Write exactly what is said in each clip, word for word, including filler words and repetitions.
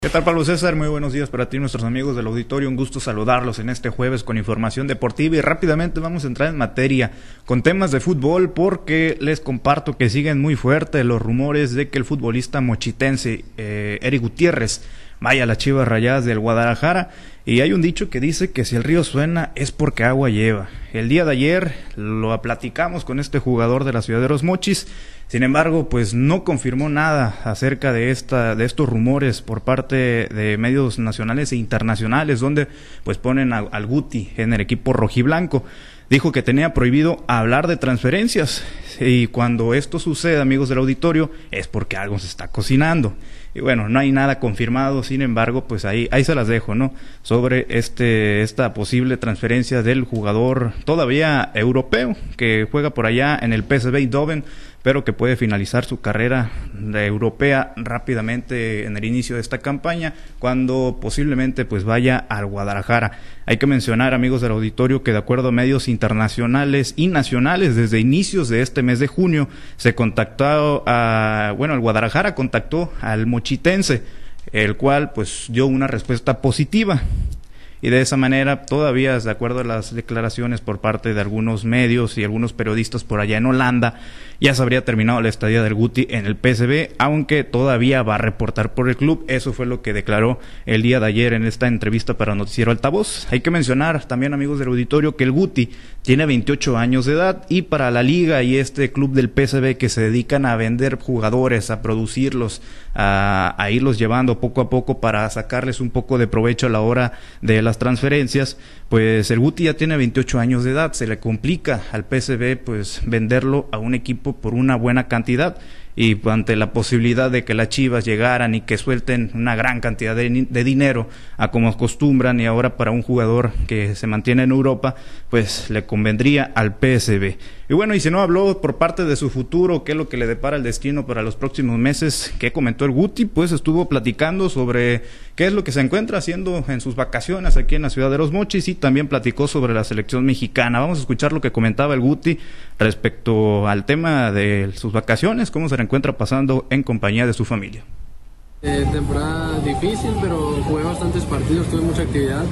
¿Qué tal, Pablo César? Muy buenos días para ti, nuestros amigos del auditorio. Un gusto saludarlos en este jueves con información deportiva y rápidamente vamos a entrar en materia con temas de fútbol porque les comparto que siguen muy fuertes los rumores de que el futbolista mochitense eh, Eric Gutiérrez vaya a las Chivas Rayadas del Guadalajara, y hay un dicho que dice que si el río suena es porque agua lleva. El día de ayer lo platicamos con este jugador de la ciudad de Los Mochis. Sin embargo, pues no confirmó nada acerca de esta de estos rumores por parte de medios nacionales e internacionales, donde pues ponen a, al Guti en el equipo rojiblanco. Dijo que tenía prohibido hablar de transferencias, y cuando esto sucede, amigos del auditorio, es porque algo se está cocinando. Y bueno, no hay nada confirmado, sin embargo, pues ahí ahí se las dejo, ¿no? Sobre este esta posible transferencia del jugador todavía europeo que juega por allá en el P S V Eindhoven, pero que puede finalizar su carrera europea rápidamente en el inicio de esta campaña, cuando posiblemente pues vaya al Guadalajara. Hay que mencionar, amigos del auditorio, que de acuerdo a medios internacionales y nacionales, desde inicios de este mes de junio se contactó a, bueno, el Guadalajara contactó al mochitense, el cual pues dio una respuesta positiva. Y de esa manera, todavía, de acuerdo a las declaraciones por parte de algunos medios y algunos periodistas por allá en Holanda, ya se habría terminado la estadía del Guti en el P S V, aunque todavía va a reportar por el club. Eso fue lo que declaró el día de ayer en esta entrevista para Noticiero Altavoz. Hay que mencionar también, amigos del auditorio, que el Guti tiene veintiocho años de edad, y para la liga y este club del P S V que se dedican a vender jugadores, a producirlos, a, a irlos llevando poco a poco para sacarles un poco de provecho a la hora de las transferencias, pues el Guti ya tiene veintiocho años de edad. Se le complica al P S V pues venderlo a un equipo por una buena cantidad, y ante la posibilidad de que las Chivas llegaran y que suelten una gran cantidad de, de dinero a como acostumbran, y ahora para un jugador que se mantiene en Europa, pues le convendría al P S V. Y bueno, y si no habló por parte de su futuro, qué es lo que le depara el destino para los próximos meses, ¿qué comentó el Guti? Pues estuvo platicando sobre qué es lo que se encuentra haciendo en sus vacaciones aquí en la ciudad de Los Mochis, y también platicó sobre la selección mexicana. Vamos a escuchar lo que comentaba el Guti respecto al tema de sus vacaciones, cómo se encuentra pasando en compañía de su familia. Eh, temporada difícil, pero jugué bastantes partidos, tuve mucha actividad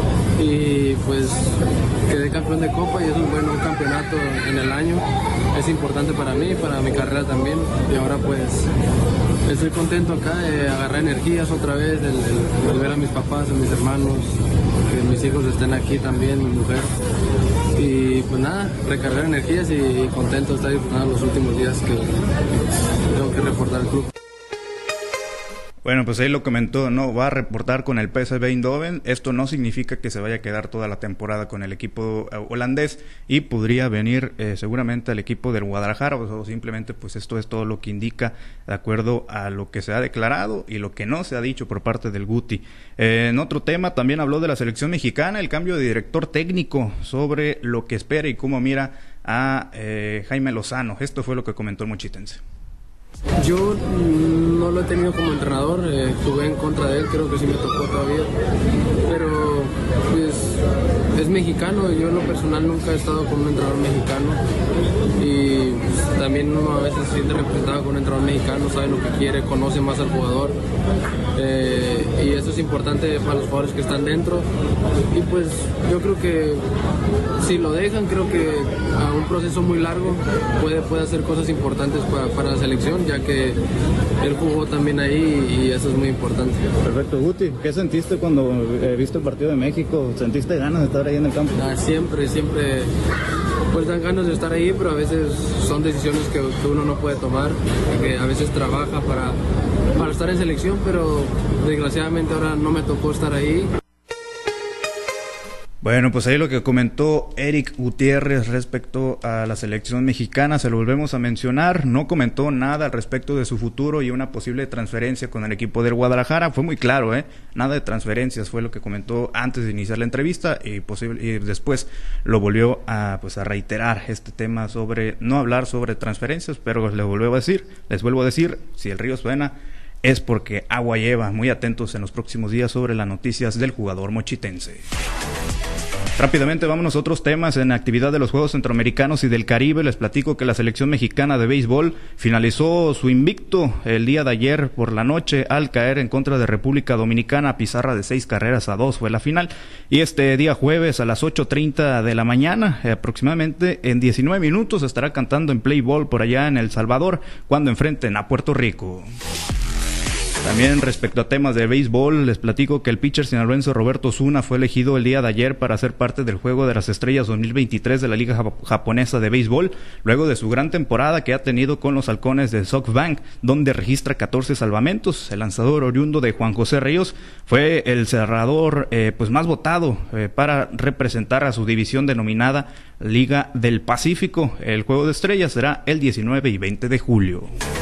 y pues quedé campeón de Copa, y es un buen un campeonato en el año. Es importante para mí, para mi carrera también, y ahora pues estoy contento acá de agarrar energías otra vez, de, de, de ver a mis papás, a mis hermanos, que mis hijos estén aquí también, mi mujer. Y pues nada, recargar energías y contento de estar disfrutando los últimos días que tengo que reportar al club. Bueno, pues ahí lo comentó, ¿no? Va a reportar con el P S V Eindhoven. Esto no significa que se vaya a quedar toda la temporada con el equipo holandés, y podría venir eh, seguramente al equipo del Guadalajara, o simplemente pues esto es todo lo que indica de acuerdo a lo que se ha declarado y lo que no se ha dicho por parte del Guti. Eh, en otro tema también habló de la selección mexicana, el cambio de director técnico, sobre lo que espera y cómo mira a eh, Jaime Lozano. Esto fue lo que comentó el mochitense. Yo no lo he tenido como entrenador, eh, jugué en contra de él, creo que sí me tocó todavía, pero pues es mexicano, y yo en lo personal nunca he estado con un entrenador mexicano, y pues, también uno a veces se siente representado con un entrenador mexicano, sabe lo que quiere, conoce más al jugador, eh, y eso es importante para los jugadores que están dentro, y pues yo creo que si lo dejan, creo que a un proceso muy largo puede, puede hacer cosas importantes para, para la selección, ya que él jugó también ahí, y eso es muy importante. Perfecto, Guti, ¿qué sentiste cuando eh, viste el partido de México? ¿Sentiste ganas de estar ahí en el campo? Ah, siempre, siempre pues dan ganas de estar ahí, pero a veces son decisiones que, que uno no puede tomar, que a veces trabaja para, para estar en selección, pero desgraciadamente ahora no me tocó estar ahí. Bueno, pues ahí lo que comentó Eric Gutiérrez respecto a la selección mexicana, se lo volvemos a mencionar. No comentó nada al respecto de su futuro y una posible transferencia con el equipo del Guadalajara. Fue muy claro, ¿eh? Nada de transferencias, fue lo que comentó antes de iniciar la entrevista, y, posible, y después lo volvió a, pues, a reiterar este tema sobre no hablar sobre transferencias, pero les vuelvo a decir, les vuelvo a decir, si el río suena es porque agua lleva. Muy atentos en los próximos días sobre las noticias del jugador mochitense. Rápidamente vámonos a otros temas. En actividad de los Juegos Centroamericanos y del Caribe, les platico que la selección mexicana de béisbol finalizó su invicto el día de ayer por la noche al caer en contra de República Dominicana, pizarra de seis carreras a dos fue la final. Y este día jueves a las ocho treinta de la mañana, eh, aproximadamente en diecinueve minutos, estará cantando en Play Ball por allá en El Salvador cuando enfrenten a Puerto Rico. También respecto a temas de béisbol, les platico que el pitcher sinaloense Roberto Osuna fue elegido el día de ayer para ser parte del Juego de las Estrellas dos mil veintitrés de la Liga Japonesa de Béisbol, luego de su gran temporada que ha tenido con los halcones de SoftBank, donde registra catorce salvamentos. El lanzador oriundo de Juan José Ríos fue el cerrador eh, pues más votado eh, para representar a su división denominada Liga del Pacífico. El Juego de Estrellas será el diecinueve y veinte de julio.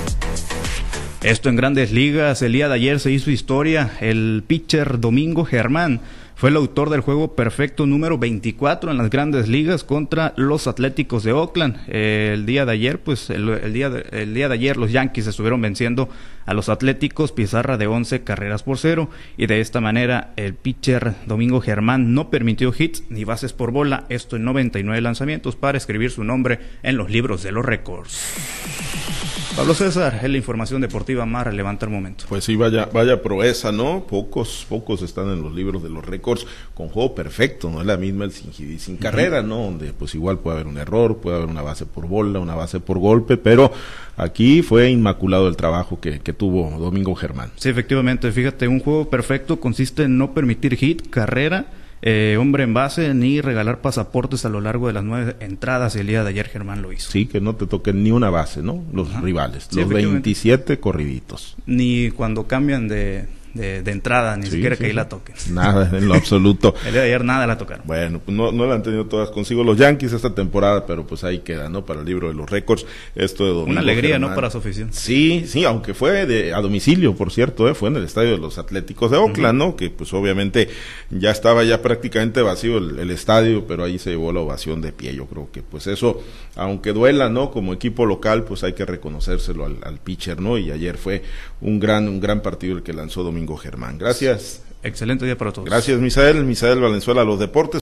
Esto en Grandes Ligas, el día de ayer se hizo historia. El pitcher Domingo Germán fue el autor del juego perfecto número veinticuatro en las Grandes Ligas contra los Atléticos de Oakland. Eh, el día de ayer, pues el, el, día de, el día de ayer los Yankees estuvieron venciendo a los Atléticos, pizarra de once carreras por cero, y de esta manera el pitcher Domingo Germán no permitió hits ni bases por bola, esto en noventa y nueve lanzamientos, para escribir su nombre en los libros de los récords. Pablo César, es la información deportiva más relevante al momento. Pues sí, vaya, vaya proeza, ¿no? Pocos, pocos están en los libros de los récords con juego perfecto, no es la misma el sin hit y sin uh-huh. carrera, ¿no? Donde pues igual puede haber un error, puede haber una base por bola, una base por golpe, pero aquí fue inmaculado el trabajo que, que tuvo Domingo Germán. Sí, efectivamente, fíjate, un juego perfecto consiste en no permitir hit, carrera, Eh, hombre en base, ni regalar pasaportes a lo largo de las nueve entradas. El día de ayer Germán lo hizo. Sí, que no te toquen ni una base, ¿no? Los Ajá. rivales, sí, los veintisiete corriditos. Ni cuando cambian de, de, de entrada, ni sí, siquiera sí, que ahí sí. la toquen. Nada, en lo absoluto. El día de ayer nada la tocaron. Bueno, pues no, no la han tenido todas consigo los Yankees esta temporada, pero pues ahí queda, ¿no? Para el libro de los récords, esto de Domingo Una alegría, Germán. ¿no? Para su afición. Sí, sí, aunque fue de, a domicilio, por cierto, ¿eh? Fue en el estadio de los Atléticos de Oakland, uh-huh. ¿no? Que pues obviamente ya estaba ya prácticamente vacío el, el estadio, pero ahí se llevó la ovación de pie. Yo creo que pues eso, aunque duela, ¿no? Como equipo local, pues hay que reconocérselo al, al pitcher, ¿no? Y ayer fue un gran, un gran partido el que lanzó Domingo Germán. Gracias. Excelente día para todos. Gracias, Misael. Misael Valenzuela, los deportes.